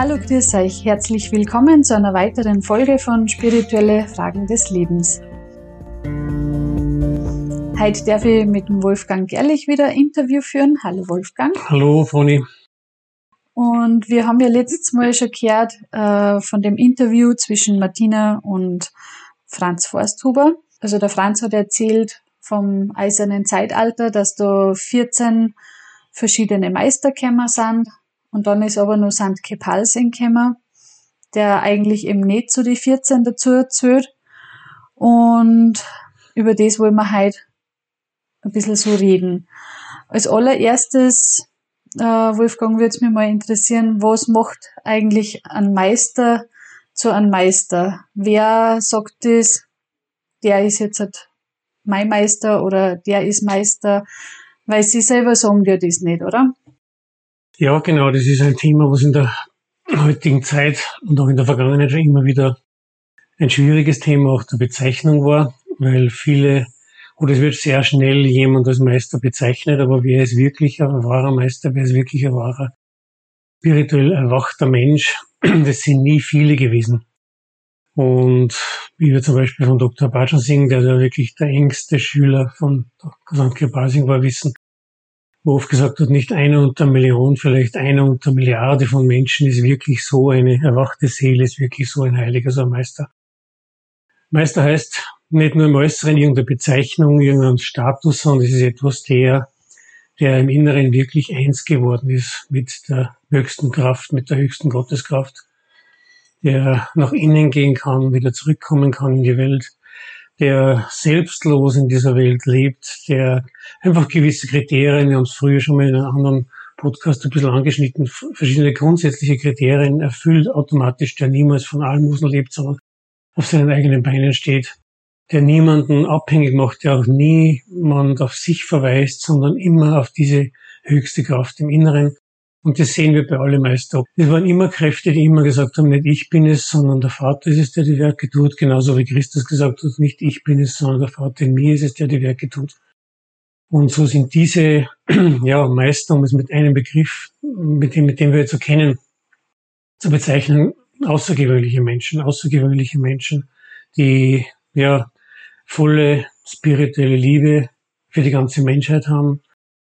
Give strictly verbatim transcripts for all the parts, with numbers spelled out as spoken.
Hallo, grüß euch. Herzlich willkommen zu einer weiteren Folge von Spirituelle Fragen des Lebens. Heute darf ich mit dem Wolfgang Gerlich wieder ein Interview führen. Hallo Wolfgang. Hallo Froni. Und wir haben ja letztes Mal schon gehört äh, von dem Interview zwischen Martina und Franz Forsthuber. Also der Franz hat erzählt vom eisernen Zeitalter, dass da vierzehn verschiedene Meister gekommen sind. Und dann ist aber nur Sankt Kepalsen gekommen, der eigentlich eben nicht zu die vierzehn dazu zählt. Und über das wollen wir heute ein bisschen so reden. Als allererstes, äh, Wolfgang, würde es mich mal interessieren, was macht eigentlich ein Meister zu einem Meister? Wer sagt das, der ist jetzt halt mein Meister oder der ist Meister? Weil sie selber sagen ja das nicht, oder? Ja, genau, das ist ein Thema, was in der heutigen Zeit und auch in der Vergangenheit schon immer wieder ein schwieriges Thema auch der Bezeichnung war, weil viele, oder es wird sehr schnell jemand als Meister bezeichnet, aber wer ist wirklich ein wahrer Meister, wer ist wirklich ein wahrer, spirituell erwachter Mensch, das sind nie viele gewesen. Und wie wir zum Beispiel von Doktor Bhajan Singh, der da wirklich der engste Schüler von Sankt Kepalsen war, wissen, wo oft gesagt wird, nicht einer unter Million, vielleicht einer unter Milliarde von Menschen ist wirklich so eine erwachte Seele, ist wirklich so ein Heiliger, so ein Meister. Meister heißt nicht nur im Äußeren irgendeine Bezeichnung, irgendein Status, sondern es ist etwas, der, der im Inneren wirklich eins geworden ist mit der höchsten Kraft, mit der höchsten Gotteskraft, der nach innen gehen kann, wieder zurückkommen kann in die Welt, der selbstlos in dieser Welt lebt, der einfach gewisse Kriterien, wir haben es früher schon mal in einem anderen Podcast ein bisschen angeschnitten, verschiedene grundsätzliche Kriterien erfüllt automatisch, der niemals von Almosen lebt, sondern auf seinen eigenen Beinen steht, der niemanden abhängig macht, der auch niemand auf sich verweist, sondern immer auf diese höchste Kraft im Inneren. Und das sehen wir bei allen Meistern. Es waren immer Kräfte, die immer gesagt haben, nicht ich bin es, sondern der Vater ist es, der die Werke tut. Genauso wie Christus gesagt hat, nicht ich bin es, sondern der Vater in mir ist es, der die Werke tut. Und so sind diese ja, Meister, um es mit einem Begriff, mit dem, mit dem wir jetzt so kennen, zu bezeichnen, außergewöhnliche Menschen, außergewöhnliche Menschen, die ja volle spirituelle Liebe für die ganze Menschheit haben,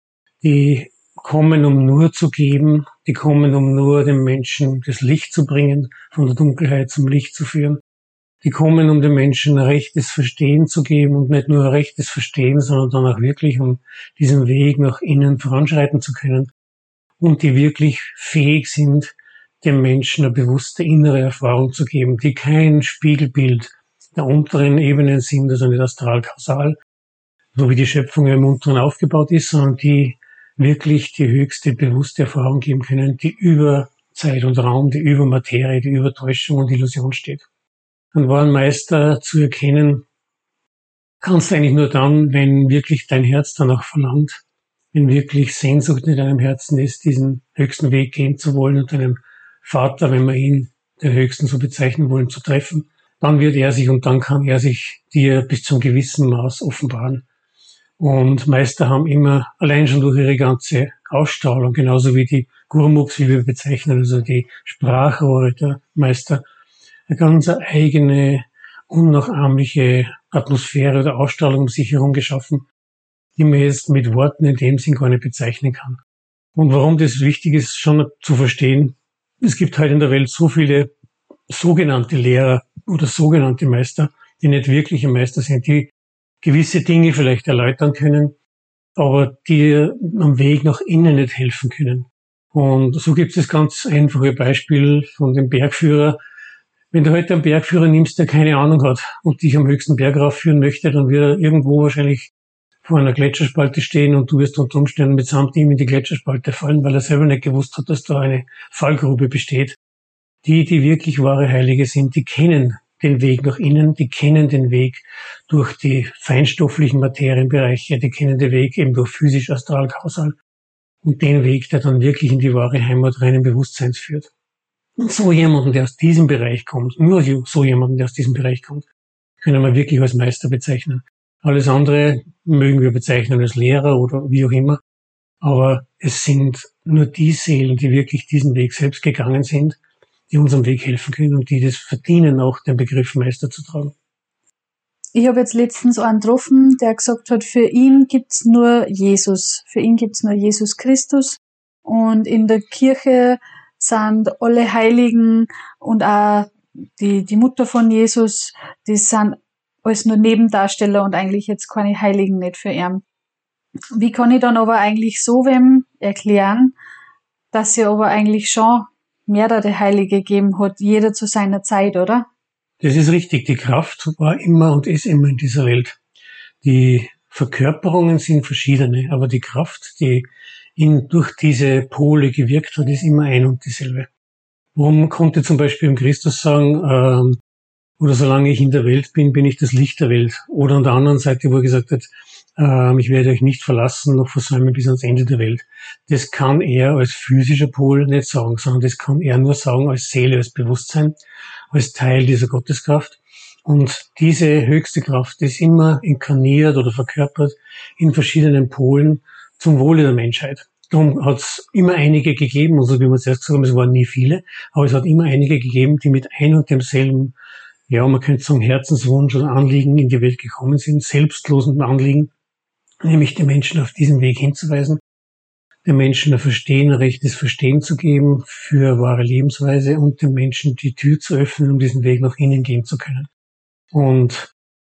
die kommen, um nur zu geben, die kommen, um nur den Menschen das Licht zu bringen, von der Dunkelheit zum Licht zu führen. Die kommen, um den Menschen rechtes Verstehen zu geben und nicht nur rechtes Verstehen, sondern dann auch wirklich, um diesen Weg nach innen voranschreiten zu können. Und die wirklich fähig sind, dem Menschen eine bewusste innere Erfahrung zu geben, die kein Spiegelbild der unteren Ebenen sind, also nicht astral-kausal, so wie die Schöpfung im Unteren aufgebaut ist, sondern die wirklich die höchste bewusste Erfahrung geben können, die über Zeit und Raum, die über Materie, die über Täuschung und Illusion steht. Ein wahren Meister zu erkennen, kannst du eigentlich nur dann, wenn wirklich dein Herz danach verlangt, wenn wirklich Sehnsucht in deinem Herzen ist, diesen höchsten Weg gehen zu wollen und deinem Vater, wenn wir ihn, den Höchsten so bezeichnen wollen, zu treffen, dann wird er sich und dann kann er sich dir bis zum gewissen Maß offenbaren. Und Meister haben immer, allein schon durch ihre ganze Ausstrahlung, genauso wie die Gurmuks, wie wir bezeichnen, also die Sprachrohre der Meister, eine ganz eigene, unnachahmliche Atmosphäre oder Ausstrahlung um sich herum geschaffen, die man jetzt mit Worten in dem Sinn gar nicht bezeichnen kann. Und warum das wichtig ist, schon zu verstehen, es gibt heute in der Welt so viele sogenannte Lehrer oder sogenannte Meister, die nicht wirkliche Meister sind, die gewisse Dinge vielleicht erläutern können, aber die am Weg nach innen nicht helfen können. Und so gibt es das ganz einfache Beispiel von dem Bergführer. Wenn du heute einen Bergführer nimmst, der keine Ahnung hat und dich am höchsten Berg raufführen möchte, dann wird er irgendwo wahrscheinlich vor einer Gletscherspalte stehen und du wirst unter Umständen mitsamt ihm in die Gletscherspalte fallen, weil er selber nicht gewusst hat, dass da eine Fallgrube besteht. Die, die wirklich wahre Heilige sind, die kennen den Weg nach innen, die kennen den Weg durch die feinstofflichen Materienbereiche, die kennen den Weg eben durch physisch, astral, kausal und den Weg, der dann wirklich in die wahre Heimat reinen Bewusstseins führt. Und so jemanden, der aus diesem Bereich kommt, nur so jemanden, der aus diesem Bereich kommt, können wir wirklich als Meister bezeichnen. Alles andere mögen wir bezeichnen als Lehrer oder wie auch immer, aber es sind nur die Seelen, die wirklich diesen Weg selbst gegangen sind, die unserem Weg helfen können und die das verdienen, auch den Begriff Meister zu tragen. Ich habe jetzt letztens einen getroffen, der gesagt hat, für ihn gibt's nur Jesus. Für ihn gibt's nur Jesus Christus. Und in der Kirche sind alle Heiligen und auch die, die Mutter von Jesus, die sind alles nur Nebendarsteller und eigentlich jetzt keine Heiligen nicht für ihn. Wie kann ich dann aber eigentlich so wem erklären, dass sie aber eigentlich schon mehrere Heilige gegeben hat, jeder zu seiner Zeit, oder? Das ist richtig. Die Kraft war immer und ist immer in dieser Welt. Die Verkörperungen sind verschiedene, aber die Kraft, die in, durch diese Pole gewirkt hat, ist immer ein und dieselbe. Warum konnte zum Beispiel Christus sagen, ähm, oder solange ich in der Welt bin, bin ich das Licht der Welt. Oder an der anderen Seite, wo er gesagt hat, ähm, ich werde euch nicht verlassen, noch versäumen bis ans Ende der Welt. Das kann er als physischer Pol nicht sagen, sondern das kann er nur sagen als Seele, als Bewusstsein, als Teil dieser Gotteskraft. Und diese höchste Kraft ist immer inkarniert oder verkörpert in verschiedenen Polen zum Wohle der Menschheit. Darum hat es immer einige gegeben, also wie wir zuerst gesagt haben, es waren nie viele, aber es hat immer einige gegeben, die mit ein und demselben, ja, man könnte sagen, Herzenswunsch oder Anliegen in die Welt gekommen sind, selbstlosen Anliegen, nämlich den Menschen auf diesen Weg hinzuweisen, den Menschen ein Verstehen, ein rechtes Verstehen zu geben für wahre Lebensweise und den Menschen die Tür zu öffnen, um diesen Weg nach innen gehen zu können. Und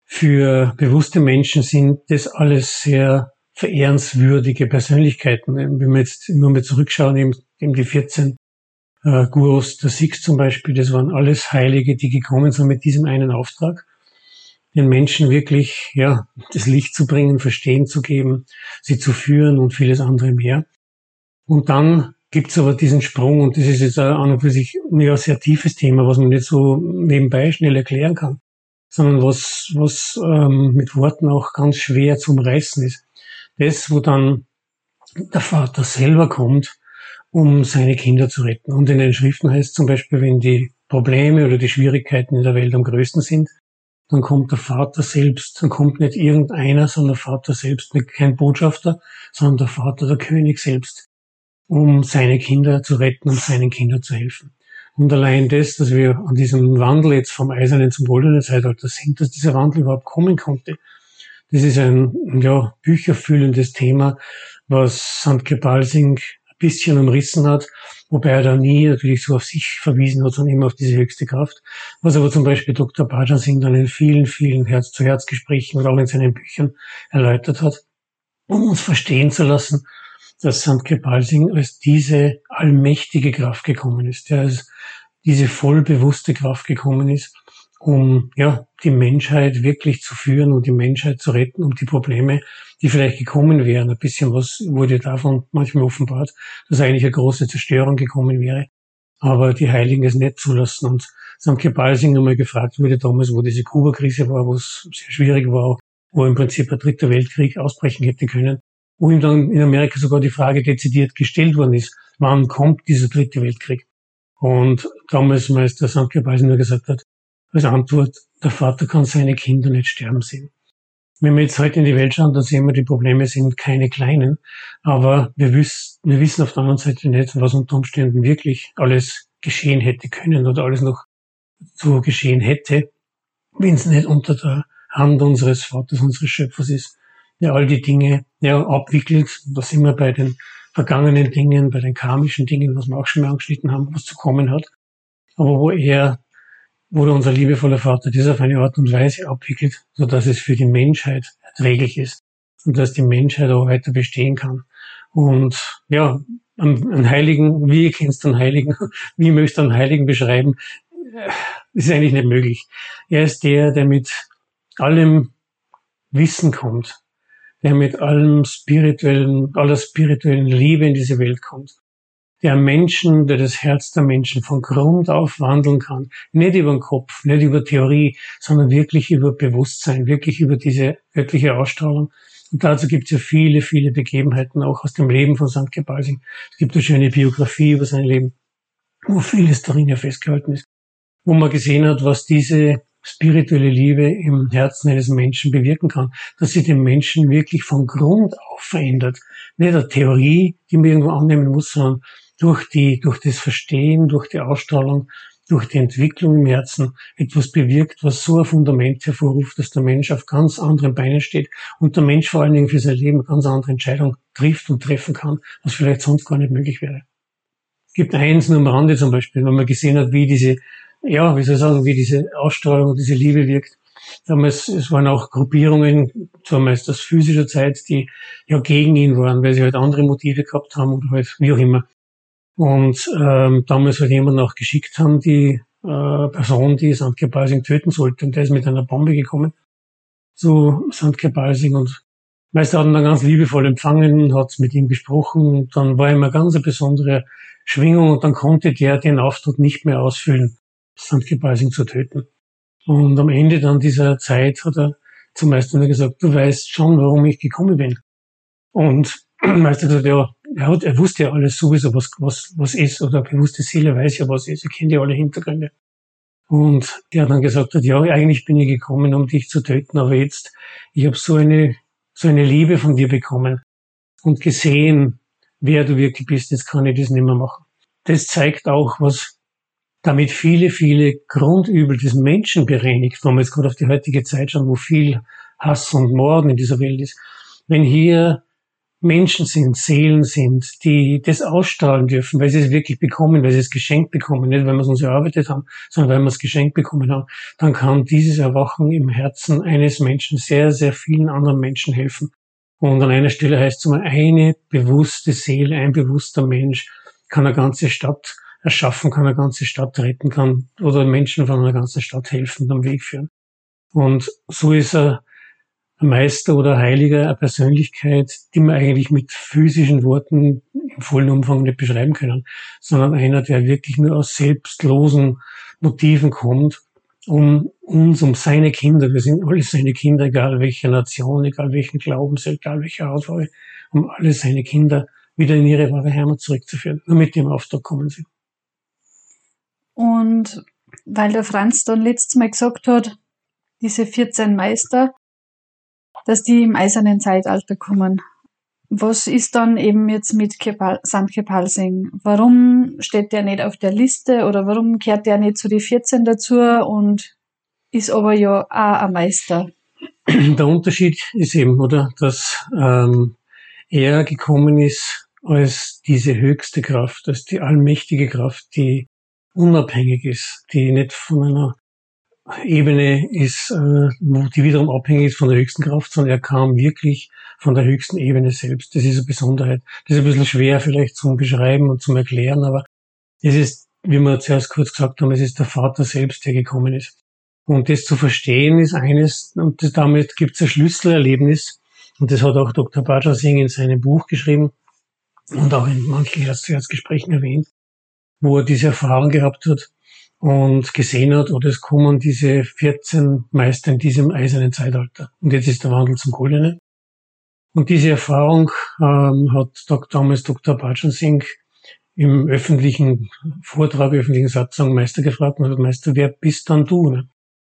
für bewusste Menschen sind das alles sehr verehrenswürdige Persönlichkeiten. Wenn wir jetzt nur mal zurückschauen, eben, eben die vierzehn äh, Gurus der Sikhs zum Beispiel, das waren alles Heilige, die gekommen sind mit diesem einen Auftrag, den Menschen wirklich, ja, das Licht zu bringen, Verstehen zu geben, sie zu führen und vieles andere mehr. Und dann gibt's aber diesen Sprung, und das ist jetzt auch an und für sich ein ja, sehr tiefes Thema, was man nicht so nebenbei schnell erklären kann, sondern was, was ähm, mit Worten auch ganz schwer zu umreißen ist. Das, wo dann der Vater selber kommt, um seine Kinder zu retten. Und in den Schriften heißt zum Beispiel, wenn die Probleme oder die Schwierigkeiten in der Welt am größten sind, dann kommt der Vater selbst. Dann kommt nicht irgendeiner, sondern der Vater selbst, kein Botschafter, sondern der Vater, der König selbst, um seine Kinder zu retten, um seinen Kindern zu helfen. Und allein das, dass wir an diesem Wandel jetzt vom eisernen zum goldenen Zeitalter sind, dass dieser Wandel überhaupt kommen konnte, das ist ein, ja, bücherfüllendes Thema, was Sankt Kirpal-Singh ein bisschen umrissen hat, wobei er da nie natürlich so auf sich verwiesen hat, sondern immer auf diese höchste Kraft. Was aber zum Beispiel Doktor Bhajan Singh dann in vielen, vielen Herz-zu-Herz-Gesprächen und auch in seinen Büchern erläutert hat, um uns verstehen zu lassen, dass Sankt Kirpal-Singh als diese allmächtige Kraft gekommen ist, der als diese vollbewusste Kraft gekommen ist, um ja die Menschheit wirklich zu führen und die Menschheit zu retten, um die Probleme, die vielleicht gekommen wären. Ein bisschen was wurde davon manchmal offenbart, dass eigentlich eine große Zerstörung gekommen wäre, aber die Heiligen es nicht zulassen. Und Sankt Kirpal-Singh einmal gefragt wurde damals, wo diese Kuba-Krise war, wo es sehr schwierig war, wo im Prinzip ein dritter Weltkrieg ausbrechen hätte können, wo ihm dann in Amerika sogar die Frage dezidiert gestellt worden ist, wann kommt dieser dritte Weltkrieg? Und damals Meister Sankt Kirpal-Singh nur gesagt hat, als Antwort, der Vater kann seine Kinder nicht sterben sehen. Wenn wir jetzt heute in die Welt schauen, dann sehen wir, die Probleme sind keine kleinen, aber wir wissen, wir wissen auf der anderen Seite nicht, was unter Umständen wirklich alles geschehen hätte können oder alles noch so geschehen hätte, wenn es nicht unter der Hand unseres Vaters, unseres Schöpfers ist, der all die Dinge ja abwickelt. Da sind wir bei den vergangenen Dingen, bei den karmischen Dingen, was wir auch schon mal angeschnitten haben, was zu kommen hat, aber wo er wo unser liebevoller Vater das auf eine Art und Weise abwickelt, so dass es für die Menschheit erträglich ist und dass die Menschheit auch weiter bestehen kann. Und ja, einen Heiligen, wie kennst du einen Heiligen, wie möchtest du einen Heiligen beschreiben, das ist eigentlich nicht möglich. Er ist der, der mit allem Wissen kommt, der mit allem spirituellen, aller spirituellen Liebe in diese Welt kommt. Der Menschen, der das Herz der Menschen von Grund auf wandeln kann. Nicht über den Kopf, nicht über Theorie, sondern wirklich über Bewusstsein, wirklich über diese göttliche Ausstrahlung. Und dazu gibt es ja viele, viele Begebenheiten, auch aus dem Leben von Sankt Kirpal-Singh. Es gibt eine schöne Biografie über sein Leben, wo vieles darin ja festgehalten ist. Wo man gesehen hat, was diese spirituelle Liebe im Herzen eines Menschen bewirken kann, dass sie den Menschen wirklich von Grund auf verändert. Nicht eine Theorie, die man irgendwo annehmen muss, sondern durch die, durch das Verstehen, durch die Ausstrahlung, durch die Entwicklung im Herzen etwas bewirkt, was so ein Fundament hervorruft, dass der Mensch auf ganz anderen Beinen steht und der Mensch vor allen Dingen für sein Leben eine ganz andere Entscheidung trifft und treffen kann, was vielleicht sonst gar nicht möglich wäre. Es gibt eins nur am Rande zum Beispiel, wenn man gesehen hat, wie diese, ja, wie soll ich sagen, wie diese Ausstrahlung und diese Liebe wirkt. Damals, es waren auch Gruppierungen, zumeist aus physischer Zeit, die ja gegen ihn waren, weil sie halt andere Motive gehabt haben oder halt wie auch immer. Und ähm, damals halt jemanden auch geschickt haben, die äh, Person, die Sandkjær Balsing töten sollte. Und der ist mit einer Bombe gekommen zu Sandkjær Balsing und Meister hat ihn dann ganz liebevoll empfangen, hat mit ihm gesprochen und dann war immer ganz eine besondere Schwingung und dann konnte der den Auftrag nicht mehr ausfüllen, Sandkjær Balsing zu töten. Und am Ende dann dieser Zeit hat er zum Meister gesagt, du weißt schon, warum ich gekommen bin. Und Meister gesagt, ja, er, hat, er wusste ja alles sowieso, was, was, was ist, oder bewusste Seele weiß ja, was ist, er kennt ja alle Hintergründe. Und der dann gesagt hat, ja, eigentlich bin ich gekommen, um dich zu töten, aber jetzt, ich habe so eine, so eine Liebe von dir bekommen und gesehen, wer du wirklich bist, jetzt kann ich das nicht mehr machen. Das zeigt auch, was damit viele, viele Grundübel des Menschen bereinigt, wenn wir jetzt gerade auf die heutige Zeit schauen, wo viel Hass und Morden in dieser Welt ist. Wenn hier Menschen sind, Seelen sind, die das ausstrahlen dürfen, weil sie es wirklich bekommen, weil sie es geschenkt bekommen, nicht weil wir es uns erarbeitet haben, sondern weil wir es geschenkt bekommen haben, dann kann dieses Erwachen im Herzen eines Menschen sehr, sehr vielen anderen Menschen helfen. Und an einer Stelle heißt es mal, eine bewusste Seele, ein bewusster Mensch kann eine ganze Stadt erschaffen, kann eine ganze Stadt retten, kann oder Menschen von einer ganzen Stadt helfen und am Weg führen. Und so ist er ein Meister oder ein Heiliger, eine Persönlichkeit, die man eigentlich mit physischen Worten im vollen Umfang nicht beschreiben können, sondern einer, der wirklich nur aus selbstlosen Motiven kommt, um uns, um seine Kinder, wir sind alle seine Kinder, egal welcher Nation, egal welchen Glaubens, egal welcher Hautfarbe, um alle seine Kinder wieder in ihre wahre Heimat zurückzuführen. Nur mit dem Auftrag kommen sie. Und weil der Franz dann letztes Mal gesagt hat, diese vierzehn Meister, dass die im eisernen Zeitalter kommen. Was ist dann eben jetzt mit Sandkjær Balsing? Warum steht der nicht auf der Liste oder warum gehört der nicht zu den vierzehn dazu und ist aber ja auch ein Meister? Der Unterschied ist eben, oder, dass ähm, er gekommen ist als diese höchste Kraft, als die allmächtige Kraft, die unabhängig ist, die nicht von einer Ebene ist, äh, die wiederum abhängig ist von der höchsten Kraft, sondern er kam wirklich von der höchsten Ebene selbst. Das ist eine Besonderheit. Das ist ein bisschen schwer vielleicht zum Beschreiben und zum Erklären, aber es ist, wie wir zuerst kurz gesagt haben, es ist der Vater selbst, der gekommen ist. Und das zu verstehen ist eines, und das, damit gibt es ein Schlüsselerlebnis, und das hat auch Doktor Bajra Singh in seinem Buch geschrieben und auch in manchen Herz-zu-Herz-Gesprächen erwähnt, wo er diese Erfahrung gehabt hat und gesehen hat, oder es kommen diese vierzehn Meister in diesem eisernen Zeitalter. Und jetzt ist der Wandel zum Goldenen. Und diese Erfahrung ähm, hat damals Doktor Bajra Singh im öffentlichen Vortrag, öffentlichen Satzung Meister gefragt und hat, Meister, wer bist dann du? Ne?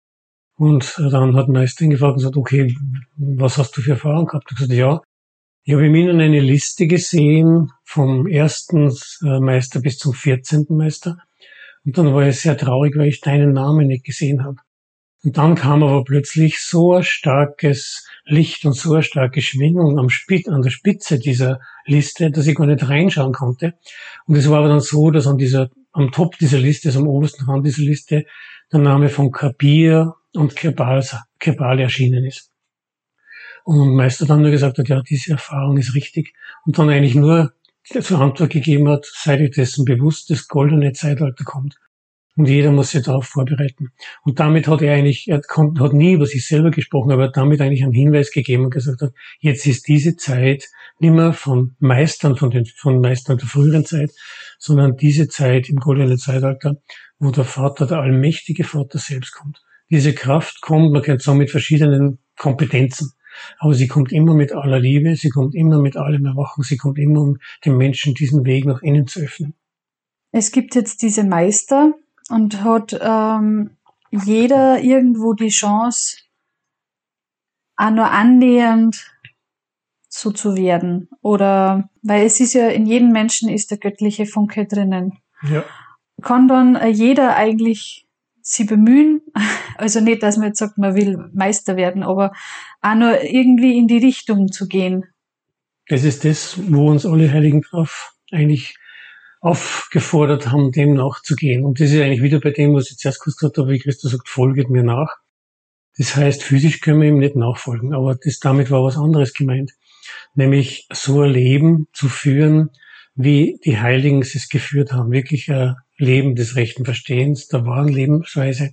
Und dann hat Meister ihn gefragt und gesagt, okay, was hast du für Erfahrung gehabt? Er hat gesagt, ja, ich habe in Ihnen eine Liste gesehen vom ersten Meister bis zum vierzehnten Meister. Und dann war ich sehr traurig, weil ich deinen Namen nicht gesehen habe. Und dann kam aber plötzlich so ein starkes Licht und so eine starke Schwingung am Spitz, an der Spitze dieser Liste, dass ich gar nicht reinschauen konnte. Und es war aber dann so, dass an dieser, am Top dieser Liste, also am obersten Rand dieser Liste, der Name von Kabir und Kerbal erschienen ist. Und Meister dann nur gesagt hat, ja, diese Erfahrung ist richtig. Und dann eigentlich nur zur Antwort gegeben hat, seid ihr dessen bewusst, das goldene Zeitalter kommt. Und jeder muss sich darauf vorbereiten. Und damit hat er eigentlich, er hat nie über sich selber gesprochen, aber er hat damit eigentlich einen Hinweis gegeben und gesagt hat, jetzt ist diese Zeit nicht mehr von Meistern, von den, von Meistern der früheren Zeit, sondern diese Zeit im goldenen Zeitalter, wo der Vater, der allmächtige Vater selbst kommt. Diese Kraft kommt, man könnte sagen, mit verschiedenen Kompetenzen. Aber sie kommt immer mit aller Liebe, sie kommt immer mit allem Erwachen, sie kommt immer, um den Menschen diesen Weg nach innen zu öffnen. Es gibt jetzt diese Meister und hat ähm, jeder irgendwo die Chance, auch nur annähernd so zu werden. Oder, weil es ist ja, in jedem Menschen ist der göttliche Funke drinnen. Ja. Kann dann jeder eigentlich sie bemühen, also nicht, dass man jetzt sagt, man will Meister werden, aber auch nur irgendwie in die Richtung zu gehen. Das ist das, wo uns alle Heiligen drauf eigentlich aufgefordert haben, dem nachzugehen. Und das ist eigentlich wieder bei dem, was ich zuerst gesagt habe, wie Christus sagt, folget mir nach. Das heißt, physisch können wir ihm nicht nachfolgen, aber das, damit war was anderes gemeint. Nämlich so ein Leben zu führen, wie die Heiligen es geführt haben. Wirklich ein Leben des rechten Verstehens, der wahren Lebensweise.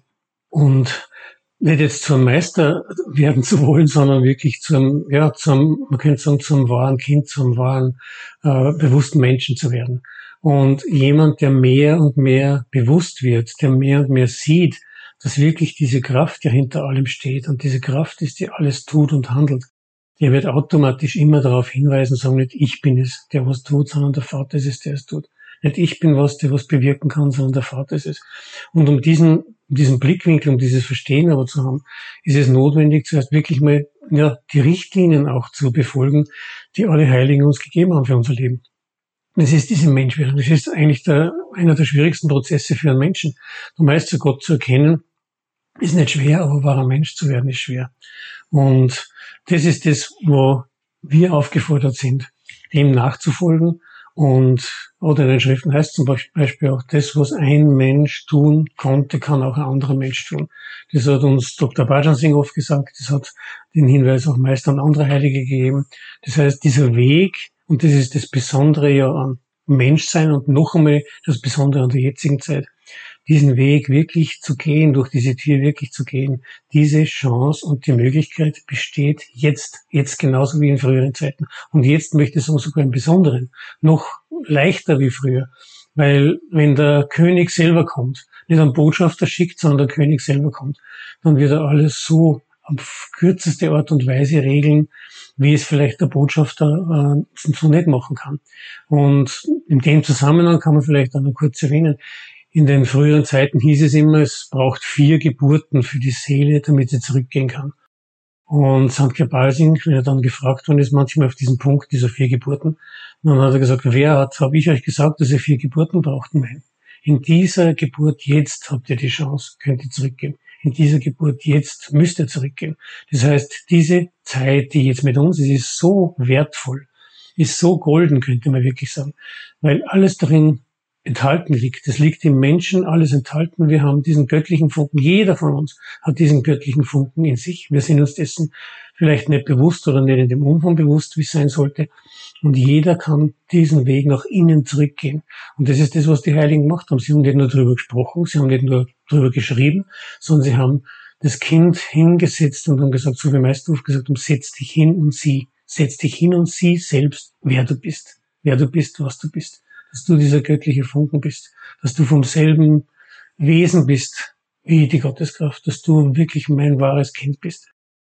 Und nicht jetzt zum Meister werden zu wollen, sondern wirklich zum, ja, zum, man könnte sagen, zum wahren Kind, zum wahren, äh, bewussten Menschen zu werden. Und jemand, der mehr und mehr bewusst wird, der mehr und mehr sieht, dass wirklich diese Kraft ja hinter allem steht. Und diese Kraft ist, die alles tut und handelt. Der wird automatisch immer darauf hinweisen, sagen nicht, ich bin es, der was tut, sondern der Vater ist es, der es tut. Nicht ich bin was, der was bewirken kann, sondern der Vater ist es. Und um diesen, um diesen Blickwinkel, um dieses Verstehen aber zu haben, ist es notwendig, zuerst wirklich mal, ja, die Richtlinien auch zu befolgen, die alle Heiligen uns gegeben haben für unser Leben. Das ist diese Menschwerdung. Das ist eigentlich der, einer der schwierigsten Prozesse für einen Menschen. Du meinst, Gott zu erkennen, ist nicht schwer, aber wahrer Mensch zu werden, ist schwer. Und das ist das, wo wir aufgefordert sind, dem nachzufolgen. Und, oder in den Schriften heißt zum Beispiel auch, das, was ein Mensch tun konnte, kann auch ein anderer Mensch tun. Das hat uns Doktor Bhajan Singh oft gesagt, das hat den Hinweis auch meist an andere Heilige gegeben. Das heißt, dieser Weg, und das ist das Besondere ja an Menschsein und noch einmal das Besondere an der jetzigen Zeit, diesen Weg wirklich zu gehen, durch diese Tür wirklich zu gehen, diese Chance und die Möglichkeit besteht jetzt, jetzt genauso wie in früheren Zeiten. Und jetzt möchte ich sagen, sogar im Besonderen, noch leichter wie früher. Weil wenn der König selber kommt, nicht ein Botschafter schickt, sondern der König selber kommt, dann wird er alles so auf kürzeste Art und Weise regeln, wie es vielleicht der Botschafter äh, so nicht machen kann. Und in dem Zusammenhang kann man vielleicht auch noch kurz erwähnen, in den früheren Zeiten hieß es immer, es braucht vier Geburten für die Seele, damit sie zurückgehen kann. Und Sankt Gebalsing, wenn er dann gefragt worden ist, manchmal auf diesen Punkt dieser vier Geburten, dann hat er gesagt, wer hat, habe ich euch gesagt, dass ihr vier Geburten braucht? Nein. In dieser Geburt jetzt habt ihr die Chance, könnt ihr zurückgehen. In dieser Geburt jetzt müsst ihr zurückgehen. Das heißt, diese Zeit, die jetzt mit uns ist, ist so wertvoll, ist so golden, könnte man wirklich sagen, weil alles darin enthalten liegt. Es liegt im Menschen alles enthalten. Wir haben diesen göttlichen Funken. Jeder von uns hat diesen göttlichen Funken in sich. Wir sind uns dessen vielleicht nicht bewusst oder nicht in dem Umfang bewusst, wie es sein sollte. Und jeder kann diesen Weg nach innen zurückgehen. Und das ist das, was die Heiligen gemacht haben. Sie haben nicht nur darüber gesprochen, sie haben nicht nur darüber geschrieben, sondern sie haben das Kind hingesetzt und haben gesagt, so wie Meister oft gesagt haben, setz dich hin und sieh. Setz dich hin und sieh selbst, wer du bist. Wer du bist, was du bist. Dass du dieser göttliche Funken bist, dass du vom selben Wesen bist wie die Gotteskraft, dass du wirklich mein wahres Kind bist.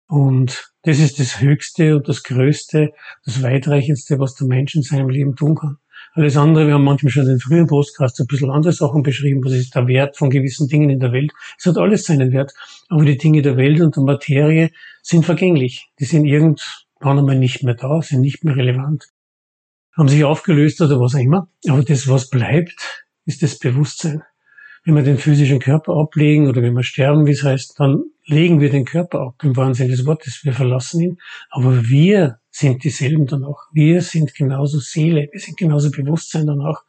Und das ist das Höchste und das Größte, das Weitreichendste, was der Mensch in seinem Leben tun kann. Alles andere, wir haben manchmal schon in den frühen Podcasts ein bisschen andere Sachen beschrieben, was ist der Wert von gewissen Dingen in der Welt. Es hat alles seinen Wert, aber die Dinge der Welt und der Materie sind vergänglich. Die sind irgendwann einmal nicht mehr da, sind nicht mehr relevant, haben sich aufgelöst oder was auch immer. Aber das, was bleibt, ist das Bewusstsein. Wenn wir den physischen Körper ablegen oder wenn wir sterben, wie es heißt, dann legen wir den Körper ab, im wahren Sinne des Wortes. Wir verlassen ihn. Aber wir sind dieselben danach. Wir sind genauso Seele. Wir sind genauso Bewusstsein danach.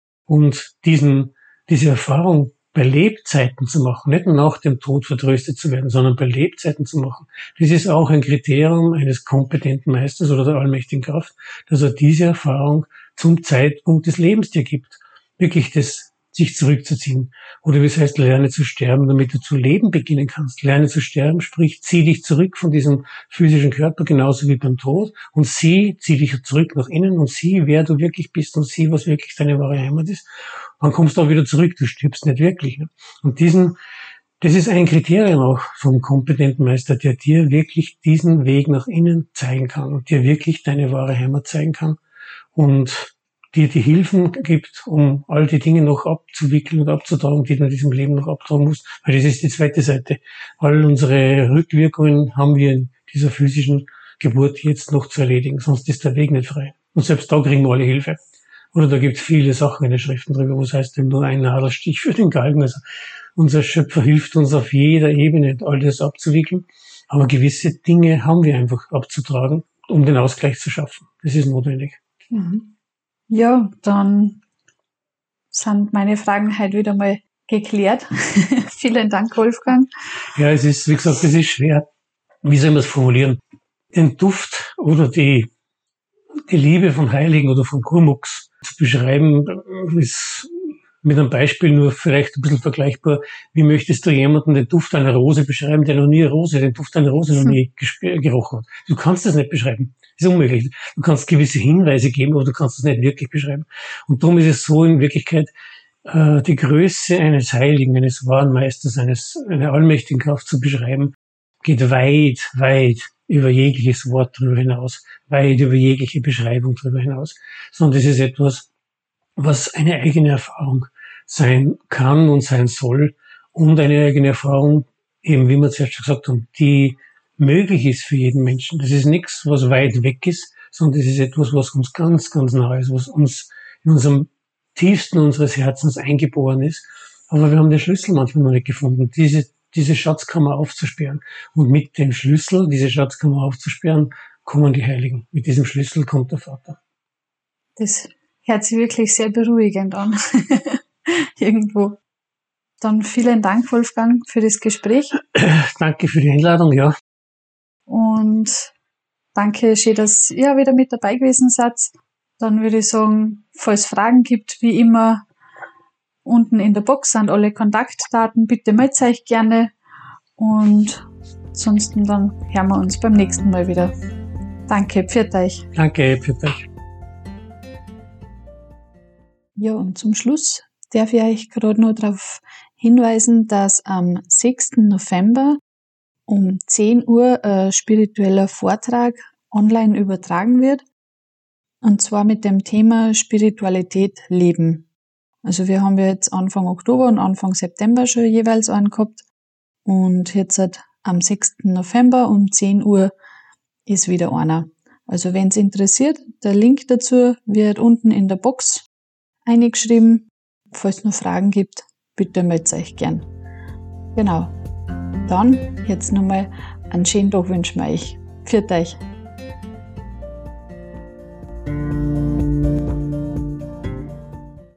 Und diesen, diese Erfahrung bei Lebzeiten zu machen, nicht nach dem Tod vertröstet zu werden, sondern bei Lebzeiten zu machen. Das ist auch ein Kriterium eines kompetenten Meisters oder der allmächtigen Kraft, dass er diese Erfahrung zum Zeitpunkt des Lebens dir gibt. Wirklich das sich zurückzuziehen. Oder wie es heißt, lerne zu sterben, damit du zu leben beginnen kannst. Lerne zu sterben, sprich, zieh dich zurück von diesem physischen Körper, genauso wie beim Tod, und sieh, zieh dich zurück nach innen und sieh, wer du wirklich bist und sieh, was wirklich deine wahre Heimat ist. Dann kommst du auch wieder zurück, du stirbst nicht wirklich. Und diesen, das ist ein Kriterium auch vom kompetenten Meister, der dir wirklich diesen Weg nach innen zeigen kann und dir wirklich deine wahre Heimat zeigen kann. Und dir die Hilfen gibt, um all die Dinge noch abzuwickeln und abzutragen, die du in diesem Leben noch abtragen musst. Weil das ist die zweite Seite. All unsere Rückwirkungen haben wir in dieser physischen Geburt jetzt noch zu erledigen, sonst ist der Weg nicht frei. Und selbst da kriegen wir alle Hilfe. Oder da gibt es viele Sachen in den Schriften drüber, wo es heißt, nur ein Nadelstich für den Galgen. Also unser Schöpfer hilft uns auf jeder Ebene, all das abzuwickeln. Aber gewisse Dinge haben wir einfach abzutragen, um den Ausgleich zu schaffen. Das ist notwendig. Mhm. Ja, dann sind meine Fragen heute wieder mal geklärt. Vielen Dank, Wolfgang. Ja, es ist, wie gesagt, es ist schwer. Wie soll man es formulieren? Den Duft oder die, die Liebe von Heiligen oder von Kurmucks zu beschreiben, ist mit einem Beispiel nur vielleicht ein bisschen vergleichbar. Wie möchtest du jemanden den Duft einer Rose beschreiben, der noch nie eine Rose, den Duft einer Rose noch nie hm. gerochen hat? Du kannst das nicht beschreiben. Das ist unmöglich. Du kannst gewisse Hinweise geben, aber du kannst das nicht wirklich beschreiben. Und darum ist es so in Wirklichkeit, äh, die Größe eines Heiligen, eines wahren Meisters, eines, einer allmächtigen Kraft zu beschreiben, geht weit, weit über jegliches Wort drüber hinaus, weit über jegliche Beschreibung drüber hinaus. Sondern das ist etwas, was eine eigene Erfahrung sein kann und sein soll und eine eigene Erfahrung, eben wie wir zuerst schon gesagt haben, die möglich ist für jeden Menschen. Das ist nichts, was weit weg ist, sondern das ist etwas, was uns ganz, ganz nahe ist, was uns in unserem tiefsten unseres Herzens eingeboren ist. Aber wir haben den Schlüssel manchmal noch nicht gefunden, diese, diese Schatzkammer aufzusperren. Und mit dem Schlüssel, diese Schatzkammer aufzusperren, kommen die Heiligen. Mit diesem Schlüssel kommt der Vater. Das hört sich wirklich sehr beruhigend an. Irgendwo. Dann vielen Dank, Wolfgang, für das Gespräch. Danke für die Einladung, ja. Und danke schön, dass ihr wieder mit dabei gewesen seid. Dann würde ich sagen, falls es Fragen gibt, wie immer, unten in der Box sind alle Kontaktdaten. Bitte meldet euch gerne. Und ansonsten dann hören wir uns beim nächsten Mal wieder. Danke, pfiat euch. Danke, pfiat euch. Ja, und zum Schluss darf ich euch gerade nur darauf hinweisen, dass am sechsten November um zehn Uhr ein spiritueller Vortrag online übertragen wird. Und zwar mit dem Thema Spiritualität leben. Also wir haben ja jetzt Anfang Oktober und Anfang September schon jeweils einen gehabt. Und jetzt halt am sechsten November um zehn Uhr ist wieder einer. Also wenn es interessiert, der Link dazu wird unten in der Box eingeschrieben. Falls es noch Fragen gibt, bitte meldet euch gern. Genau. Dann jetzt nochmal einen schönen Tag wünschen wir euch. Pfiat euch.